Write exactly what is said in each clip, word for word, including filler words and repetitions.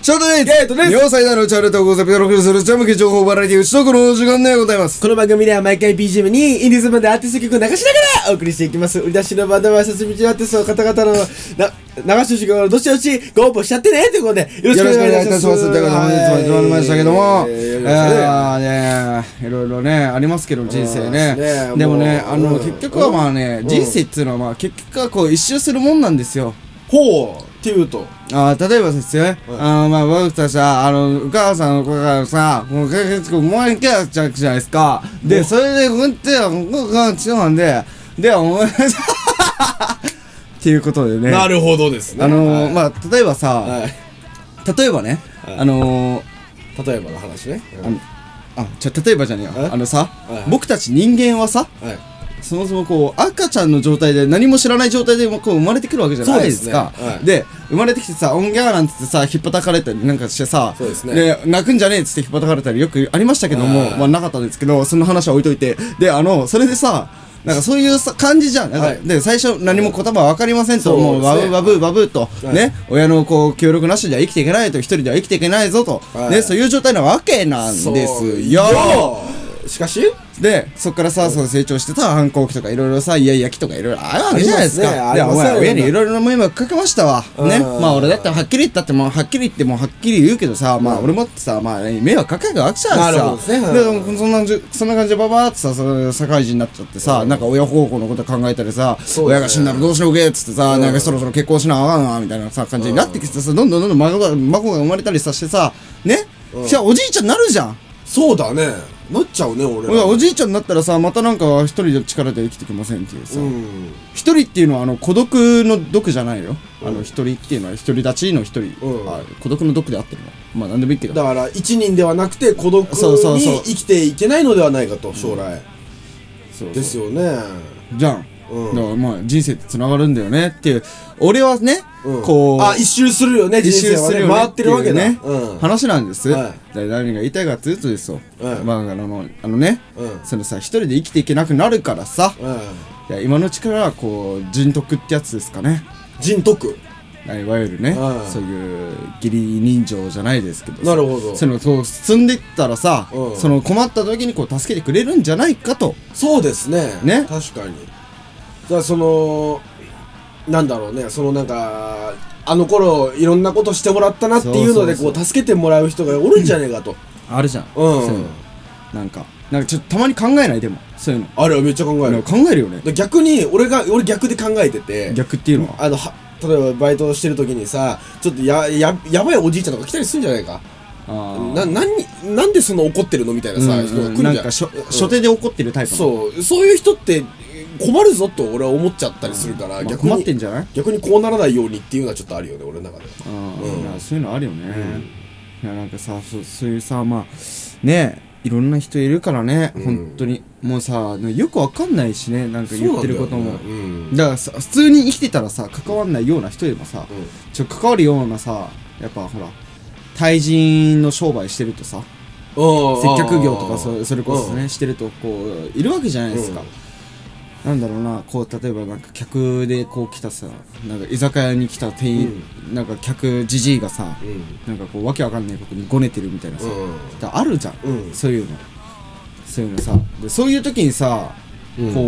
ショートです。 ゲートです。 日本最大のチャールトークをサピロクするチャムキ情報バラエティ打ち解くのお時間でございます。 この番組では毎回 ビージーエム にインディーズバンドアーティスト曲を流しながらお送りしていきます。売り出しのバンドは設備中アーティストの方々のな流し主義をどしどしご応募しちゃってねということでよろしくお願いいたします。 ということで本日も始まりましたけども、 えー、 いやねいろいろねありますけど人生ね。ねでもねあの、うん、結局はまあね、うん、人生っていうのはまあ結局はこう一周するもんなんですよ。 ほうっていうとあ例えばですよ、うん、あまあ僕たちはあのお母さんの子がさもう結構もう一回やっちゃうじゃないですか。でそれで本当は僕が違うんででお前っていうことでね。 なるほどですね。 あのーはい、 まあ例えばさ、はい、例えばね、はい、あのー、例えばの話ね。 あのあじゃ例えばじゃねえよ。あのさ、 はい、 僕たち人間はさ、はいそもそもこう赤ちゃんの状態で何も知らない状態でこう生まれてくるわけじゃないですか。で、ねはい、で生まれてきてさオンギャーなんつってさひっぱたかれたりなんかしてさそうですね。 で泣くんじゃねえっつってひっぱたかれたりよくありましたけどもまあなかったんですけどその話は置いといてであのそれでさなんかそういう感じじゃん。なんか、はい、で最初何も言葉は分かりませんと、もうバブーバブーバブーと、はい、ね親のこう協力なしでは生きていけないと一人では生きていけないぞと、はい、ねそういう状態なわけなんですよ。 しかしでそっからさ、そう成長してさ反抗期とかいろいろさイヤイヤ期とかいろいろあるわけじゃないですか。でお前親にいろいろな迷惑かけましたわね。まあ俺だってはっきり言ったってもはっきり言ってもはっきり言うけどさまあ俺もってさまあ迷惑かけるわけじゃないですか。でそんなそんな感じでババーってさ社会人になっちゃってさなんか親孝行のこと考えたりさ親が死んだらどうしようけっつってさなんかそろそろ結婚しなあかんなみたいなさ感じになってきてさどんどんどんどん孫が孫が生まれたりさしてさねじゃあおじいちゃんになるじゃん。 そうだねなっちゃうね俺ら。 おじいちゃんになったらさまたなんか一人で力で生きてきませんっていうさ一人っていうのはあの孤独の独じゃないよ。あの一人っていうのは独り立ちの一人孤独の独であってるのまあ何でもいいけどだから一人ではなくて孤独に生きていけないのではないかと将来ですよねじゃん。うん、だからまあ人生ってつながるんだよねっていう俺はね、 うん、 こうあ一周するよね人生はね回ってるわけだね、うん、 話なんです、はい、何が言いたいかっていうとですよ、はい、まああのあのね、うん、そのさ一人で生きていけなくなるからさ、うん、いや今のうちからこう人徳ってやつですかね。 人徳いわゆるね、はい、そういう義理人情じゃないですけどなるほどそのこう進んでいったらさ、うん、その困った時にこう助けてくれるんじゃないかと。 そうですねね確かに。じゃあそのなんだろうねそのなんかあの頃いろんなことしてもらったなっていうのでこう助けてもらう人がおるんじゃねえかと、 うん、あるじゃん、うん、そういうのなんかなんかちょっとたまに考えないでもそういうのあれはめっちゃ考える考えるよね。 逆に俺が俺逆で考えてて逆っていうのはあのは例えばバイトしてる時にさちょっとやややばいおじいちゃんとか来たりするんじゃないか。あな何なんでその怒ってるのみたいなさ、うんうん、人が来るじゃん。なんか初、うん、初手で怒ってるタイプのそうそういう人って困るぞと俺は思っちゃったりするから、うん、逆に、 まあ、困ってんじゃない逆にこうならないようにっていうのはちょっとあるよね俺の中で。 あ、うん、そういうのあるよね、うん、いやなんかさそそういうさまあねいろんな人いるからね、うん、本当にもうさよくわかんないしねなんか言ってることもだ、ねうん、だからさ普通に生きてたらさ関わんないような人でもさ、うん、ちょ関わるようなさやっぱほら対人の商売してるとさ接客業とか そ, それこそねしてるとこういるわけじゃないですか、うんなんだろうなこう例えばなんか客でこう来たさなんか居酒屋に来た店員、うん、なんか客じじいがさ、うん、なんかこうわけわかんないことにごねてるみたいなさ、うん、あるじゃん、うん、そういうのそういうのさでそういう時にさ、うん、こ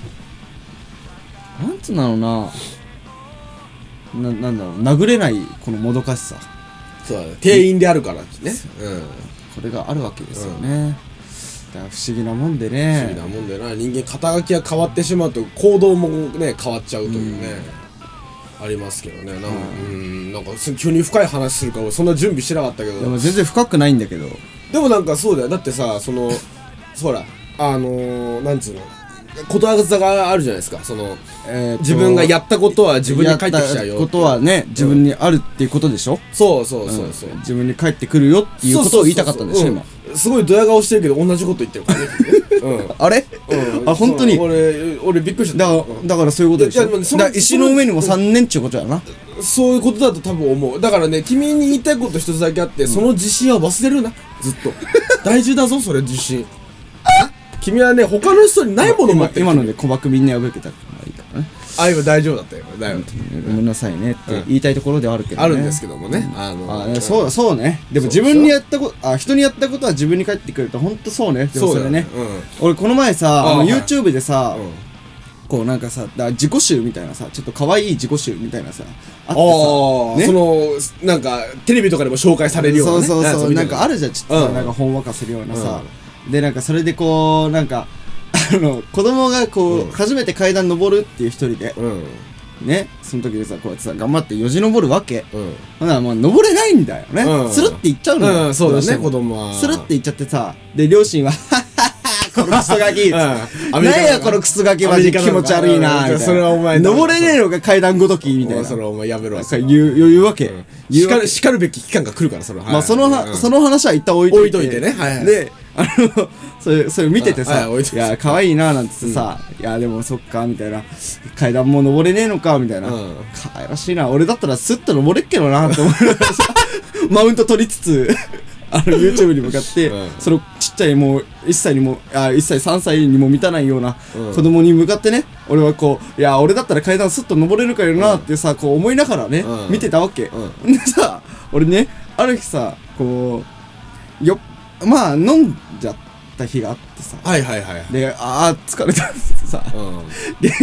うなんつうんだろうなななんだろう殴れないこのもどかしさそうだね店員であるからね、うん、 これがあるわけですよね、不思議なもんでね不思議なもんでな人間肩書きが変わってしまうと行動もね変わっちゃうというね、うん、ありますけどねなんか、うん、なんか急に深い話するからそんな準備してなかったけどでも全然深くないんだけどでもなんかそうだよだってさそのそらあのー、なんつうのことわざがあるじゃないですかその、えー、自分がやったことは自分に返ってきちゃうよやったことはね自分にあるっていうことでしょ、 うん、そうそうそうそう、 うん、自分に返ってくるよっていうことを言いたかったんでしょ今すごいドヤ顔してるけど同じこと言ってるからね、うん、 あれ、うん、あ本当に俺俺びっくりしただから、うん、だからそういうことでしょだから石の上にもさんねんっていうことやなそういうことだと多分思うだからね君に言いたいこと一つだけあって、うん、その自信は忘れるなずっと大事だぞそれ自信君はね他の人にないもの持ってる今ので小爆みんな破けたからいいかからね。 あ、今大丈夫だったよだよ、 ごめんなさいねって言いたいところではあるけどね、 あるんですけどもね、あのあそうそうね。でも自分にやったことあ人にやったことは自分に返ってくるとほんとそうね。でもそれね、俺この前さあの YouTube でさこうなんかさだ自己集みたいなさちょっと可愛い自己集みたいなさあってさ、 そのなんかテレビとかでも紹介されるようなね、 そうそうそう、なんかあるじゃん、ちょっとさなんかほんわかするようなさ、でなんかそれでこうなんかあの子供がこう初めて階段登るっていう一人でね、その時でさこうやってさ頑張ってよじ登るわけ、ほんならもう登れないんだよね、スルっていっちゃうのよ。 そうだね、子供はスルっていっちゃってさ、で両親はこのクソガキなんやこのクソガキマジ気持ち悪いなみたいな、それはお前登れねえのか階段ごときみたいな、 それはお前やめろ言う言うわけ、 しかるべき期間が来るから、それはまあそのその話は一旦置いといてね、であのそれそれ見ててさ、いや可愛いななんつってさ、いやでもそっかみたいな、階段も登れねえのかみたいな、可愛らしいな、俺だったらスッと登れっけどなって思いながらさマウント取りつつあの YouTube に向かって、うん、そのちっちゃいもういっさいにもあいっさいさんさいにも満たないような子供に向かってね、俺はこういや俺だったら階段スッと登れるかよなってさこう思いながらね、うん、見てたわけ、うん、でさ俺ねある日さこうよまあ飲んじゃった日があってさ、 はいはいはい、 であー疲れたっつってさ、うん、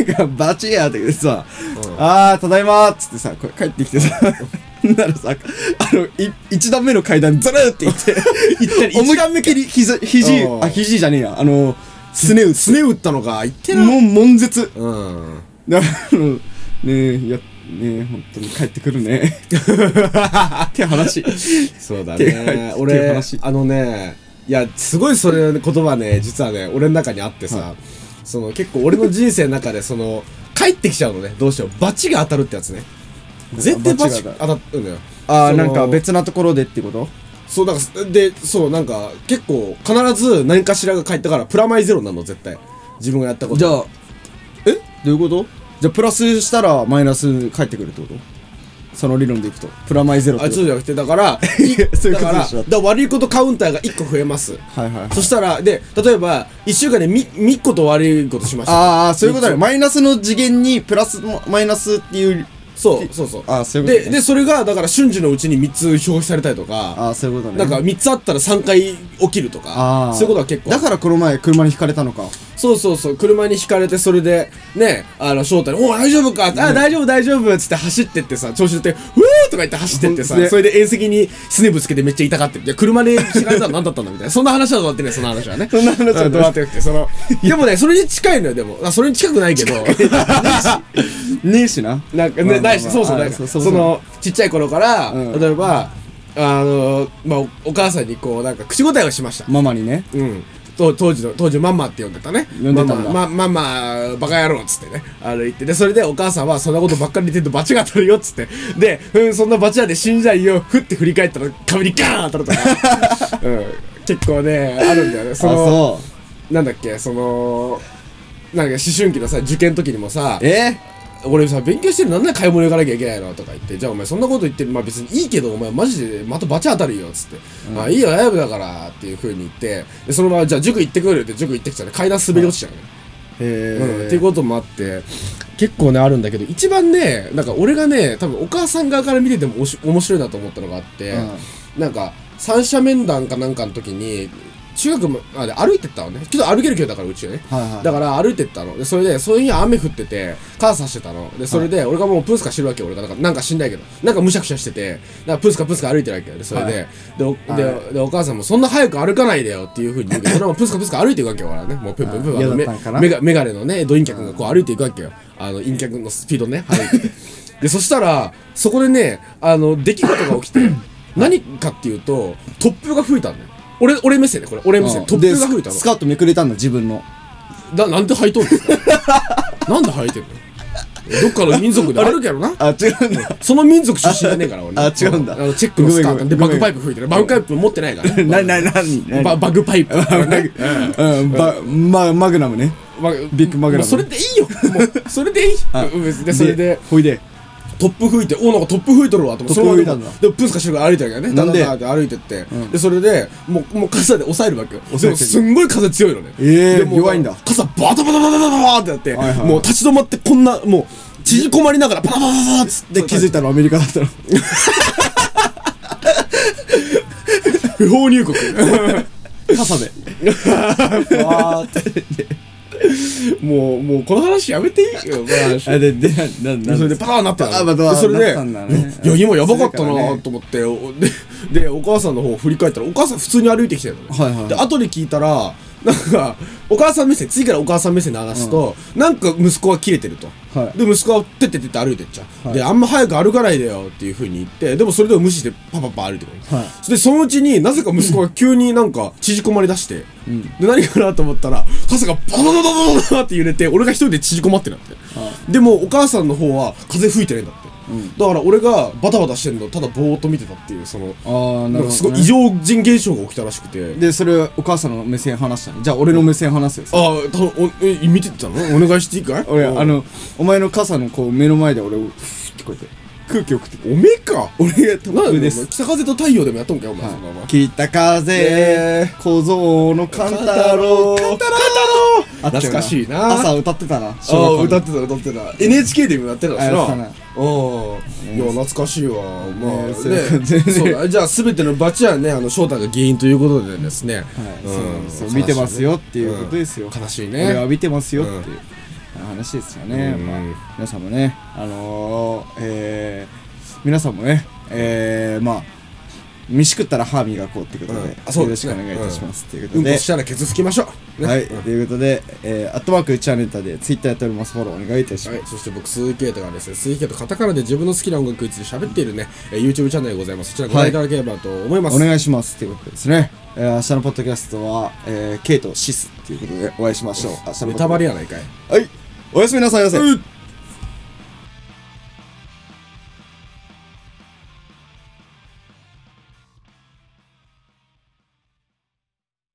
でバチやって言ってさ、うん、あーただいまーっつってさこれ帰ってきてさならさあのい一段目の階段ずるーって行って行ったり思いっきり肘肘あ肘じゃねえやあのすね打すね打ったのか言ってなもう悶絶、うん、だからねえやねえ本当に帰ってくるねって話そうだね俺あのねいやすごいそれ言葉ね実はね俺の中にあってさ、はい、その結構俺の人生の中でその帰ってきちゃうのねどうしようバチが当たるってやつね絶対バチ当たるんだよ。 ああなんか別なところでってこと？ そうだからでそうなんか結構必ず何かしらが返ったからプラマイゼロになるの絶対自分がやったこと。 じゃあえどういうこと？じゃあプラスしたらマイナス返ってくるってこと？その理論でいくとプラマイゼロってこと？あそうじゃなくてだからそういうことでしょ。 だから悪いことカウンターがいっこ増えます。 はいはい、はい、 そしたらで例えばいっしゅうかんで み, みっこと悪いことしました。 ああそういうことだね。マイナスの次元にプラスマイナスっていうそうそうそう。 あそういうことね。 ででそれがだから瞬時のうちにみっつ表示されたりとか、 あそういうことね。 なんかみっつあったらさんかい起きるとか、そういうことは結構。 だからこの前車にひかれたのか。 そうそうそう車にひかれてそれでねあの翔太に「おお大丈夫か?」って「あ大丈夫大丈夫」っつって走ってってさ調子乗って「うー!」とか言って走ってってさそれで縁石にすねぶつけてめっちゃ痛がってる。いや車でひかれたの何だったんだみたいなそんな話はどうなってねその話はね。 そんな話はどうなってなくてそのでもねそれに近いのよでもあそれに近くないけどねえしななんかねないしそうそうなんかそのちっちゃい頃から例えばあのまあお母さんにこうなんか口答えをしましたママにね。 うん当時の当時ママって呼んでたね。 呼んでたんだ。 マママバカ野郎っつってねあの言ってでそれでお母さんはそんなことばっかり言ってるとバチが当たるよっつってでうんそんなバチなんで死んじゃいよふって振り返ったら壁にガーン当たるとか、うん、結構ねあるんだよね。そのあそうなんだっけそのなんか思春期のさ受験の時にもさえ俺さ勉強してるなんで買い物行かなきゃいけないのとか言ってじゃあお前そんなこと言ってるまあ別にいいけどお前マジでまたバチ当たるよっつって、うん、あいいよライブだからっていう風に言ってでそのままじゃあ塾行ってくるって塾行ってきたら階段滑り落ちちゃうね、 へうん、っていうこともあって結構ねあるんだけど一番ねなんか俺がね多分お母さん側から見ててもおし面白いなと思ったのがあって、うん、なんか三者面談かなんかの時に中学まで歩いてったのねけど歩ける距離だからうちはね、はいはい、だから歩いてったのでそれでそういう日は雨降ってて傘さしてたのでそれで、はい、俺がもうプースカしてるわけよ俺がなんかなんか死んないけどなんかむしゃくしゃしててだからプースカプースカ歩いてるわけよでそれで、はい、で, おはい、で, でお母さんもそんな早く歩かないでよっていう風に言うけどそれはもうプースカプースカ歩いていくわけよ俺はねもうプープープーメガメガネのねドイン客がこう歩いていくわけよあの陰客のスピードね歩いてでそしたらそこでねあの出来事が起きて何かっていうと突風が吹いたんだよ俺俺目線ねこれ俺目線突風が吹いたのスカートめくれたんだ自分のだなんで履いとんのなんで履いてんのどっかの民族であるけどなあ違うんだその民族出身じゃねえから俺あ違うんだあのチェックのスカートでバグパイプ吹いてるバグパイプ持ってないからなななにババグパイプうんバマグナムねビッグマグナムそれでいいよもうそれでいいでそれでほいでトップ吹いて、おなんかトップ吹いとるわと思って、 トップ吹いたんだでもプンスカしてるから歩いてるわけどね。 なんでダダダって歩いてって、 うん、 でそれでもうもう傘で押さえるわけよ。 抑えてるでもすんごい風強いのね。 ええー、 弱いんだ。 傘バタバタバタバタバタってやって、はいはい、もう立ち止まってこんなもう縮こまりながらパタパタパタっつって気づいたのアメリカだったの。 不法入国。 傘で。わーってもうもうこの話やめていいよ。この話。 あででななそれでパターンなったの。 あまあそれで、 ね、 いや今やばかったなと思って、ででお母さんの方を振り返ったらお母さん普通に歩いてきてるのね。はいはい、で後で聞いたら。なんかお母さん目線次からお母さん目線で話すと、うん、なんか息子は切れてると、はい、で息子はてっててって歩いてっちゃう、はい、であんま早く歩かないでよっていう風に言って、でもそれでも無視してパパパ歩いてくる、はい、でそのうちになぜか息子が急になんか縮こまり出して、うん、で何かなと思ったら傘がバタバタバタバタって揺れて俺が一人で縮こまってるんだって、はい、でもお母さんの方は風吹いてないんだって、うん、だから俺がバタバタしてるのをただぼーっと見てたっていう、そのあなんかすごい異常人現象が起きたらしくて、 でそれお母さんの目線話したの。じゃあ俺の目線話すよ。 ああ、たおえ見てたの？お願いしていいかい？ 俺あのお前の傘のこう目の前で俺をフーってこうやって空気送っておめえか。 俺がトップです。 北風と太陽でもやっとんかよお前、はい、そんなお前。 北風小僧のカンタロウカンタロウ懐かしいな。 朝歌ってたな。 ああ歌ってた歌ってた。エヌエイチケー でもやってたしな。ああいや懐かしいわ。まあねそうじゃあ全てのバチはねあの翔太が原因ということでですね。 そう見てますよっていうことですよ。 悲しいね。 俺は見てますよっていう話ですよね。まあ皆さんもねあのえ皆さんもねえまあ飯食ったら歯磨こうっていうことで、うん、そうよろしくお願いいたしますっていうことで、 うんこしたらケツ拭きましょう、 ね、はい、うん、ということで、えー、アットマークうちはネタでツイッターやっております。フォローお願いいたします、はい、 そして僕鈴木啓太がですね鈴木啓太カタカナで自分の好きな音楽について喋っているね、えー、YouTube チャンネルございます。そちらご覧いただければと思います、 はい、お願いしますっていうことでですね、えー、明日のポッドキャストは、えー、ケイトシスっていうことでお会いしましょう。明日のネタバレやないかい。 はい、おやすみなさいませ。 うん